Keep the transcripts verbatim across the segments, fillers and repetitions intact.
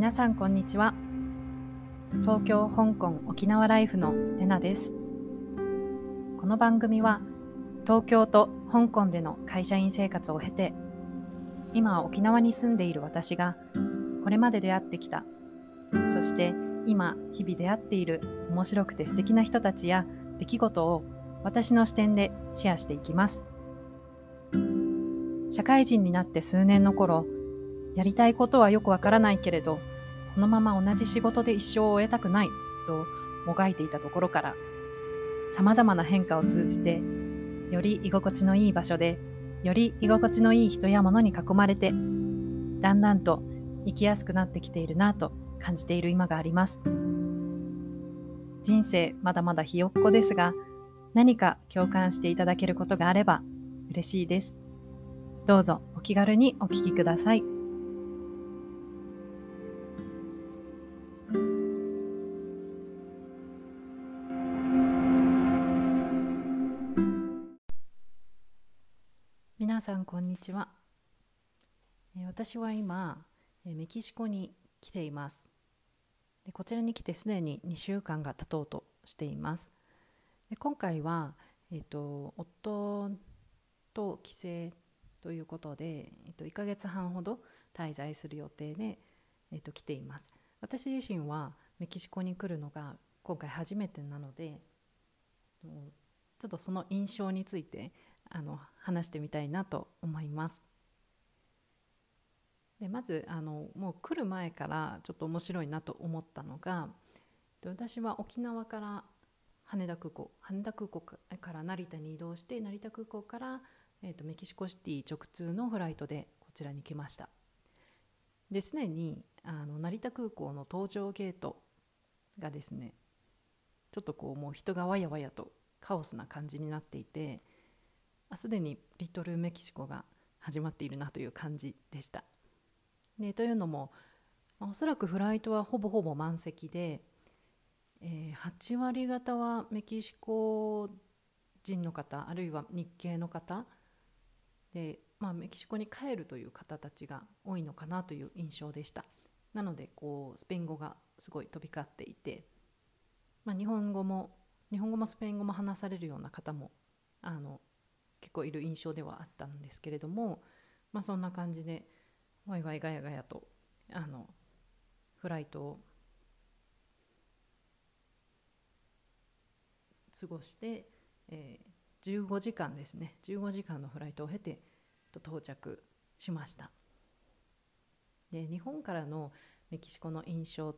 皆さんこんにちは。東京、香港、沖縄ライフのレナです。この番組は東京と香港での会社員生活を経て、今は沖縄に住んでいる私がこれまで出会ってきた、そして今日々出会っている面白くて素敵な人たちや出来事を私の視点でシェアしていきます。社会人になって数年の頃、やりたいことはよくわからないけれど、このまま同じ仕事で一生を終えたくないともがいていたところから、さまざまな変化を通じて、より居心地のいい場所で、より居心地のいい人や物に囲まれて、だんだんと生きやすくなってきているなと感じている今があります。人生まだまだひよっこですが、何か共感していただけることがあれば嬉しいです。どうぞお気軽にお聞きください。皆さんこんにちは。私は今メキシコに来ています。でこちらに来てすでににしゅうかんが経とうとしています。で今回は、えっと、夫と帰省ということで、えっと、いっかげつはんほど滞在する予定で、えっと、来ています。私自身はメキシコに来るのが今回初めてなので、ちょっとその印象についてあの話してみたいなと思います。でまずあのもう来る前からちょっと面白いなと思ったのが、私は沖縄から羽田空港羽田空港から成田に移動して、成田空港から、えー、とメキシコシティ直通のフライトでこちらに来ました。ですでにあの成田空港の搭乗ゲートがですね、ちょっとこうもう人がわやわやとカオスな感じになっていて、すでにリトルメキシコが始まっているなという感じでした。でというのも、おそらくフライトはほぼほぼ満席で、えー、はちわり方はメキシコ人の方、あるいは日系の方で、まあ、メキシコに帰るという方たちが多いのかなという印象でした。なのでこうスペイン語がすごい飛び交っていて、まあ、日本語も日本語もスペイン語も話されるような方もあの結構いる印象ではあったんですけれども、まあ、そんな感じでワイワイガヤガヤとあのフライトを過ごして、えー、じゅうごじかんですねじゅうごじかんのフライトを経て到着しました。で日本からのメキシコの印象って、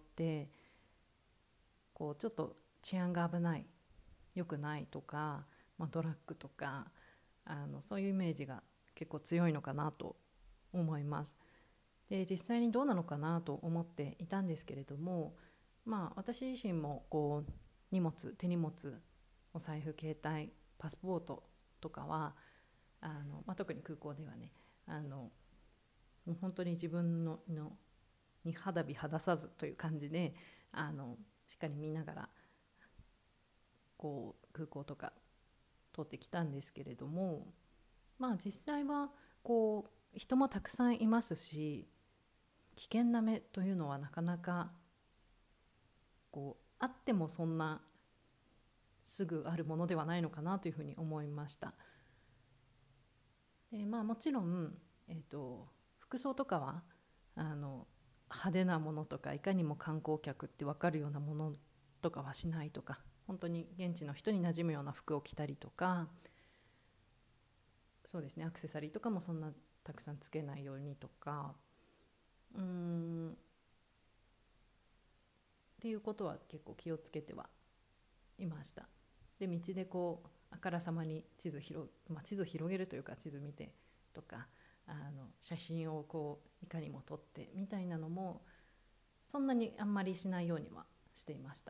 こうちょっと治安が危ない、良くないとか、まあ、ドラッグとかあのそういうイメージが結構強いのかなと思います。で実際にどうなのかなと思っていたんですけれども、まあ、私自身もこう荷物手荷物、お財布、携帯、パスポートとかはあの、まあ、特に空港ではね、あのもう本当に自分ののに肌身離さずという感じであのしっかり見ながらこう空港とか通ってきたんですけれども、まあ実際はこう人もたくさんいますし、危険な目というのはなかなかこうあってもそんなすぐあるものではないのかなというふうに思いました。で、まあ、もちろん、えーと、服装とかはあの派手なものとか、いかにも観光客って分かるようなものとかはしないとか、本当に現地の人に馴染むような服を着たりとか、そうですね、アクセサリーとかもそんなたくさんつけないようにとか、うーんっていうことは結構気をつけてはいました。で道でこうあからさまに地図広、まあ、地図広げるというか地図見てとか、あの写真をこういかにも撮ってみたいなのもそんなにあんまりしないようにはしていました。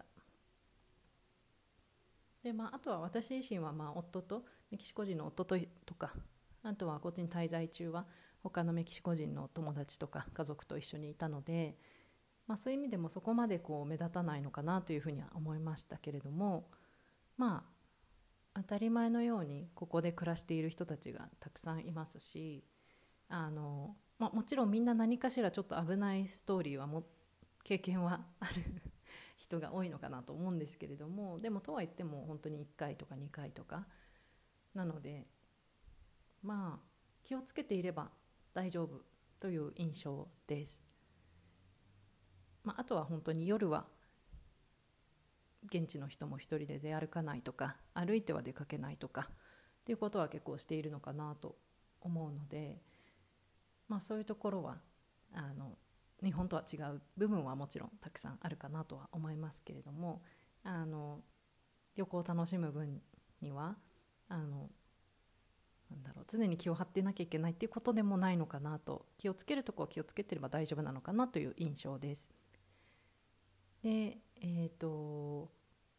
で、まあ、あとは私自身はまあ夫とメキシコ人の夫ととか、あとはこっちに滞在中は他のメキシコ人の友達とか家族と一緒にいたので、まあ、そういう意味でもそこまでこう目立たないのかなというふうには思いましたけれども、まあ当たり前のようにここで暮らしている人たちがたくさんいますし、あの、まあ、もちろんみんな何かしらちょっと危ないストーリーはも経験はある人が多いのかなと思うんですけれども、でもとは言っても本当にいっかいとかにかいとかなので、まあ気をつけていれば大丈夫という印象です。まあ、あとは本当に夜は現地の人も一人で出歩かないとか、歩いては出かけないとかっていうことは結構しているのかなと思うので、まあ、そういうところはあの日本とは違う部分はもちろんたくさんあるかなとは思いますけれども、あの旅行を楽しむ分にはあのなんだろう、常に気を張ってなきゃいけないっていうことでもないのかなと、気をつけるところは気をつけてれば大丈夫なのかなという印象です。で、えっと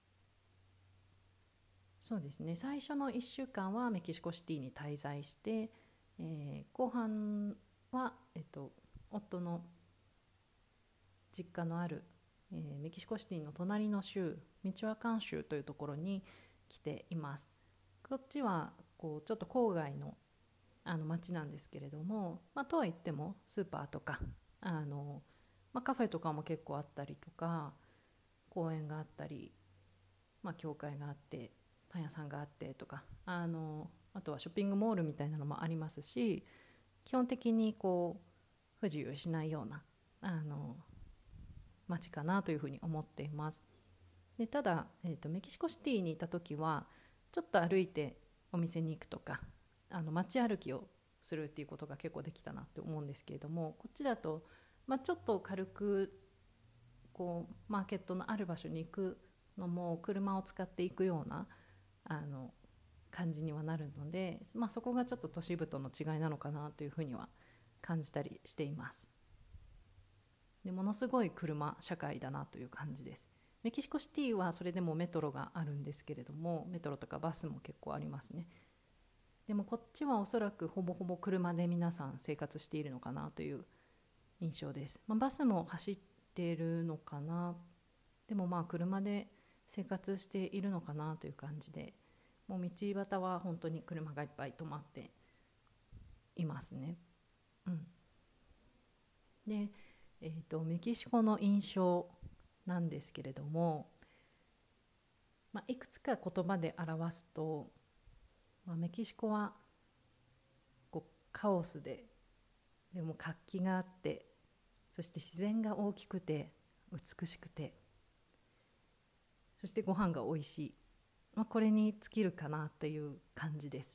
そうですね、最初のいっしゅうかんはメキシコシティに滞在して、えー後半は、えっと、夫の実家のある、えーメキシコシティの隣の州、ミチョアカン州というところに来ています。こっちはこうちょっと郊外のあの町なんですけれども、まあ、とは言ってもスーパーとかあの、まあ、カフェとかも結構あったりとか、公園があったり、まあ、教会があってパン屋さんがあってとか、あのあとはショッピングモールみたいなのもありますし、基本的にこう不自由しないようなあの街かなというふうに思っています。でただ、えーと、メキシコシティにいた時はちょっと歩いてお店に行くとか、あの街歩きをするっていうことが結構できたなって思うんですけれども、こっちだと、まあ、ちょっと軽くこうマーケットのある場所に行くのも車を使っていくようなあの感じにはなるので、まあ、そこがちょっと都市部との違いなのかなというふうには感じたりしています。でものすごい車社会だなという感じです。メキシコシティはそれでもメトロがあるんですけれども、メトロとかバスも結構ありますね。でもこっちはおそらくほぼほぼ車で皆さん生活しているのかなという印象です。まあ、バスも走っているのかな、でもまあ車で生活しているのかなという感じで、もう道端は本当に車がいっぱい止まっていますね。うん、で、えーと、メキシコの印象なんですけれども、まあ、いくつか言葉で表すと、まあ、メキシコはこうカオスで、でも活気があって、そして自然が大きくて美しくて、そしてご飯が美味しい、まあ、これに尽きるかなという感じです。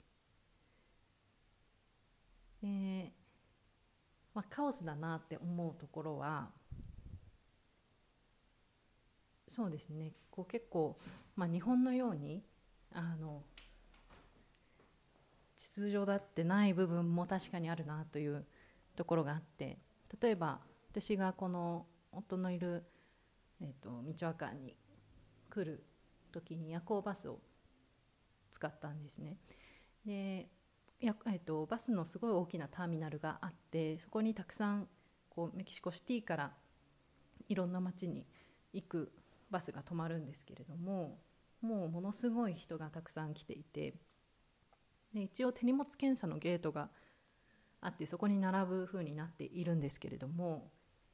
で、まあ、カオスだなって思うところは、そうですね、こう結構、まあ、日本のようにあの秩序だってない部分も確かにあるなというところがあって、例えば私がこの夫のいる、えー、とミチョアカンに来る時に夜行バスを使ったんですね。でや、えー、とバスのすごい大きなターミナルがあって、そこにたくさんこうメキシコシティからいろんな街に行くバスが止まるんですけれども、もうものすごい人がたくさん来ていて、で一応手荷物検査のゲートがあって、そこに並ぶ風になっているんですけれども、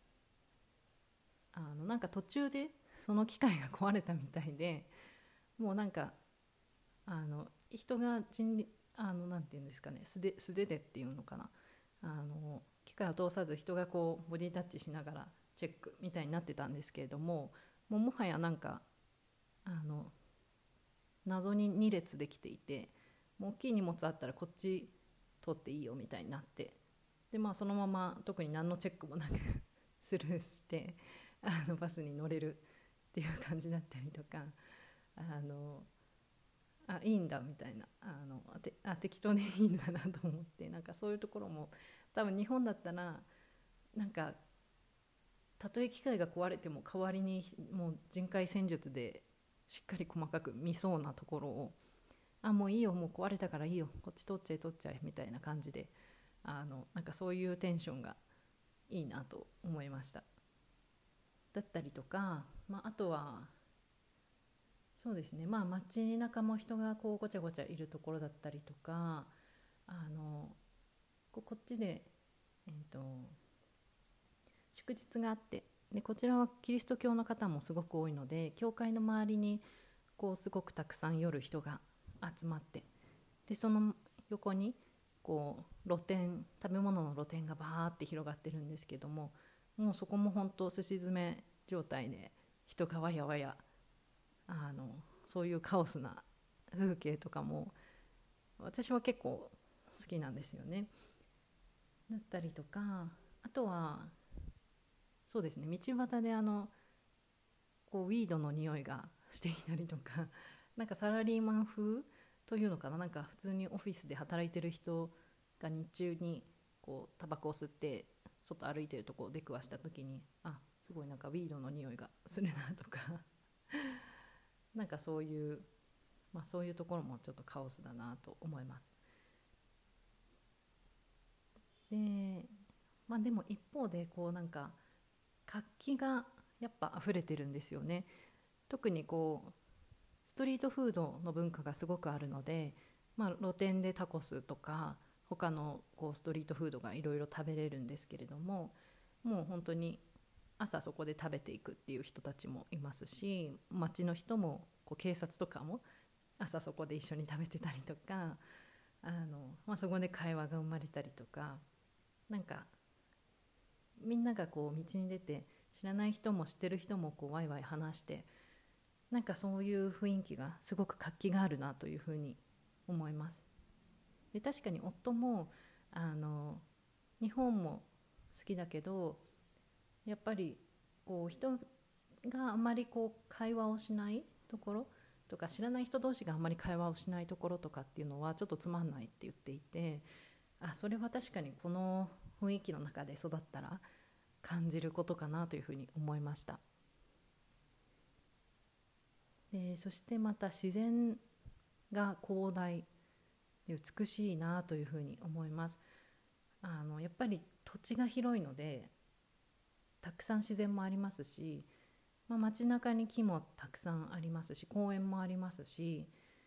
あのなんか途中でその機械が壊れたみたいで、もうなんかあの人が人あのなんていうんですかね、素手素手でっていうのかな、あの機械を通さず人がこうボディタッチしながらチェックみたいになってたんですけれども、もうもはやなんかあの謎にに列できていて、もう大きい荷物あったらこっち通っていいよみたいになって、でまあそのまま特に何のチェックもなくスルーしてあのバスに乗れるっていう感じだったりとか、あのあいいんだみたいな、あのあてあ適当でいいんだなと思って、なんかそういうところも多分日本だったらなんかたとえ機械が壊れても代わりにもう人海戦術でしっかり細かく見そうなところを、あもういいよ、もう壊れたからいいよ、こっち取っちゃえ取っちゃえみたいな感じで、あのなんかそういうテンションがいいなと思いました。だったりとか、まあ、あとはそうですね、まあ街中も人がこうごちゃごちゃいるところだったりとか、あのここっちで、えーと祝日があって、 でこちらはキリスト教の方もすごく多いので、教会の周りにこうすごくたくさん夜人が集まって、でその横にこう露店、食べ物の露店がバーって広がってるんですけども、もうそこも本当すし詰め状態で人がわやわや、あのそういうカオスな風景とかも私は結構好きなんですよね。だったりとか、あとはそうですね、道端であのこうウィードの匂いがしていたりとか、なんかサラリーマン風というのかな、なんか普通にオフィスで働いてる人が日中にこうタバコを吸って外歩いてるとこを出くわした時に、あ、すごいなんかウィードの匂いがするなとかなんかそういう、まあ、そういうところもちょっとカオスだなと思います。で、まあ、でも一方でこうなんか活気がやっぱ溢れてるんですよね。特にこうストリートフードの文化がすごくあるので、まあ、露店でタコスとか他のこうストリートフードがいろいろ食べれるんですけれども、もう本当に朝そこで食べていくっていう人たちもいますし、街の人もこう警察とかも朝そこで一緒に食べてたりとか、あの、まあ、そこで会話が生まれたりとか、なんかみんながこう道に出て知らない人も知ってる人もこうワイワイ話して、なんかそういう雰囲気がすごく活気があるなというふうに思います。で確かに夫もあの日本も好きだけど、やっぱりこう人があんまりこう会話をしないところとか、知らない人同士があんまり会話をしないところとかっていうのはちょっとつまんないって言っていて、あ、それは確かにこの雰囲気の中で育ったら感じることかなというふうに思いました。でそしてまた自然が広大で美しいなというふうに思います。あのやっぱり土地が広いのでたくさん自然もありますし、まあ、街中に木もたくさんありますし、公園もありますし、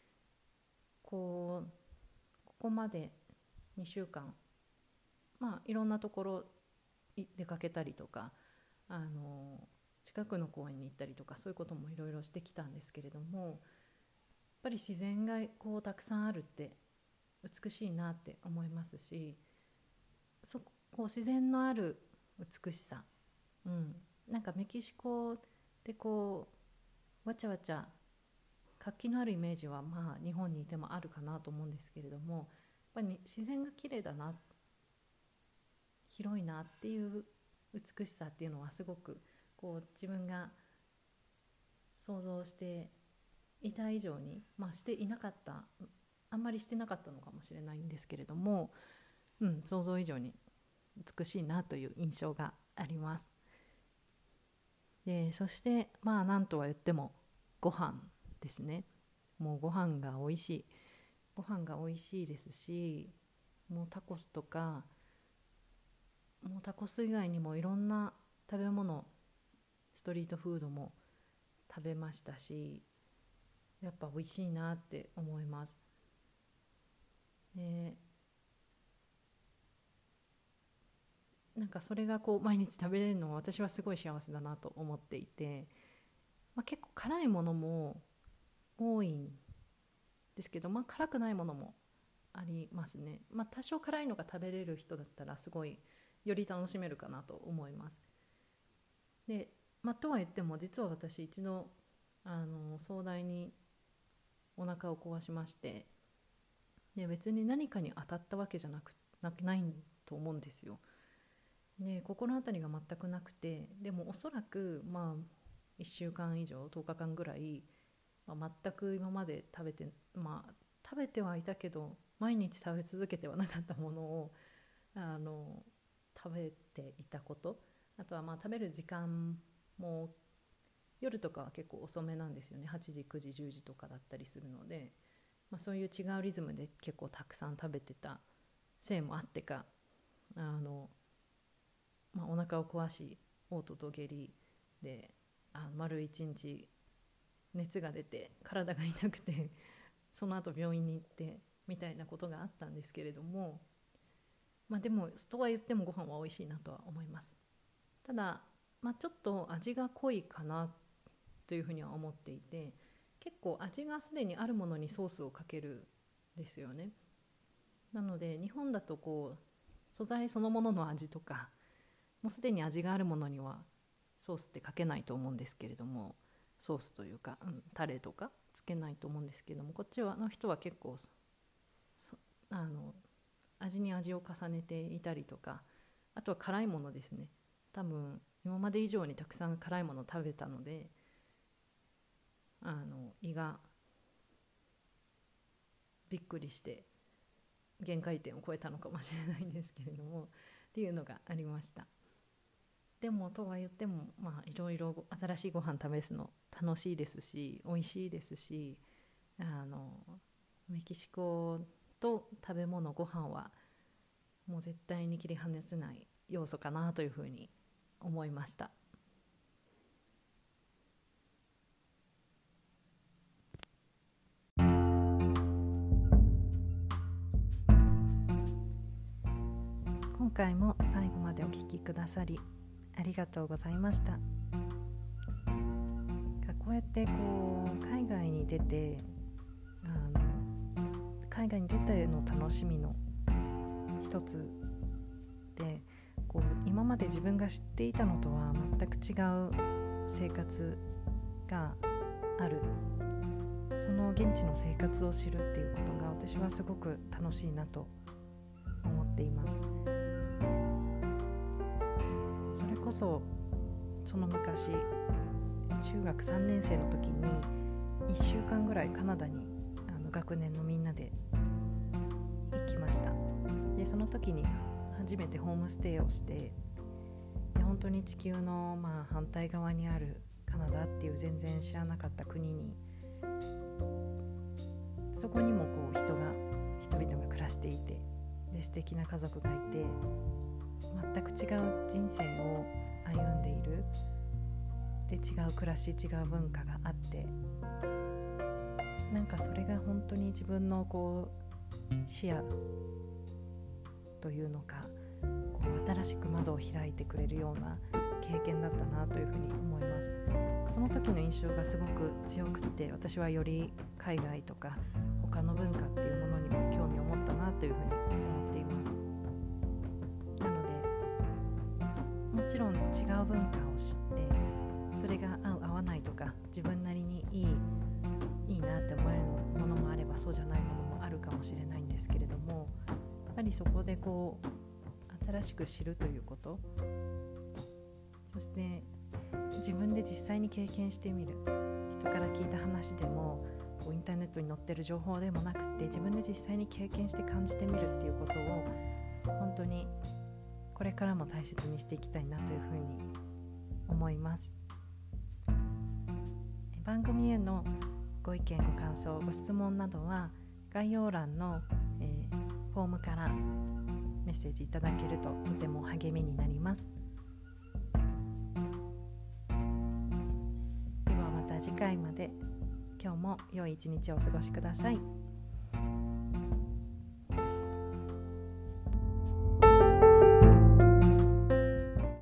こうここまでにしゅうかん、まあ、いろんなところ出かけたりとか、あの近くの公園に行ったりとか、そういうこともいろいろしてきたんですけれども、やっぱり自然がこうたくさんあるって美しいなって思いますし、そこう自然のある美しさ、うん、なんかメキシコでこうわちゃわちゃ活気のあるイメージはまあ日本にいてもあるかなと思うんですけれども、やっぱり自然が綺麗だな、広いなっていう美しさっていうのはすごくこう自分が想像していた以上に、まあ、していなかった、あんまりしてなかったのかもしれないんですけれども、うん、想像以上に美しいなという印象があります。でそしてまあなんとは言ってもご飯ですね。もうご飯が美味しい、ご飯が美味しいですし、もうタコスとか、もうタコス以外にもいろんな食べ物、ストリートフードも食べましたし、やっぱ美味しいなって思います。でなんかそれがこう毎日食べれるのは私はすごい幸せだなと思っていて、まあ、結構辛いものも多いんですけど、まあ、辛くないものもありますね。まあ、多少辛いのが食べれる人だったらすごいより楽しめるかなと思います。で、まあ、とは言っても実は私一度あの壮大にお腹を壊しまして、で別に何かに当たったわけじゃなくなないと思うんですよ。で心当たりが全くなくて、でもおそらくまあいっしゅうかん以上とおかかんぐらい、まあ、全く今まで食べて、まあ食べてはいたけど毎日食べ続けてはなかったものをあの食べていたこと、あとはまあ食べる時間も夜とかは結構遅めなんですよね。はちじくじじゅうじとかだったりするので、まあ、そういう違うリズムで結構たくさん食べてたせいもあってか、あの、まあ、お腹を壊し嘔吐と下痢であ丸一日熱が出て体が痛くてその後病院に行ってみたいなことがあったんですけれども、まあでもとは言ってもご飯は美味しいなとは思います。ただまあ、ちょっと味が濃いかなというふうには思っていて、結構味がすでにあるものにソースをかけるんですよね。なので日本だとこう素材そのものの味とか、もうすでに味があるものにはソースってかけないと思うんですけれども、ソースというか、うん、タレとかつけないと思うんですけども、こっちはの人は結構あの味に味を重ねていたりとか、あとは辛いものですね。多分今まで以上にたくさん辛いものを食べたので、あの胃がびっくりして限界点を超えたのかもしれないんですけれどもっていうのがありました。でもとは言っても、まあいろいろ新しいご飯試すの楽しいですし美味しいですし、あのメキシコと食べ物ご飯はもう絶対に切り離せない要素かなというふうに思いました。今回も最後までお聞きくださりありがとうございました。こうやってこう海外に出てあの海外に出ての楽しみの一つで、こう今まで自分が知っていたのとは全く違う生活がある、その現地の生活を知るっていうことが私はすごく楽しいなと思っています。それこそその昔中学さんねん生の時にいっしゅうかんぐらいカナダにあの学年のみんなで行きました。でその時に初めてホームステイをして、で本当に地球のまあ反対側にあるカナダっていう全然知らなかった国に、そこにもこう人が人々が暮らしていて、で素敵な家族がいて、全く違う人生を歩んでいる、で違う暮らし違う文化があって、なんかそれが本当に自分のこう視野というのか、こう新しく窓を開いてくれるような経験だったなというふうに思います。その時の印象がすごく強くて、私はより海外とか他の文化っていうものにも興味を持ったなというふうに思っています。なのでもちろん違う文化を知って、それが合う合わないとか自分なりにいいいいなって思えるものもあれば、そうじゃないものもあるかもしれないんですけれども、やっぱりそこでこう新しく知るということ、そして自分で実際に経験してみる、人から聞いた話でもこうインターネットに載ってる情報でもなくて、自分で実際に経験して感じてみるっていうことを本当にこれからも大切にしていきたいなというふうに思います。番組へのご意見ご感想ご質問などは概要欄の、えー、フォームからメッセージいただけるととても励みになります。ではまた次回まで。今日も良い一日をお過ごしください。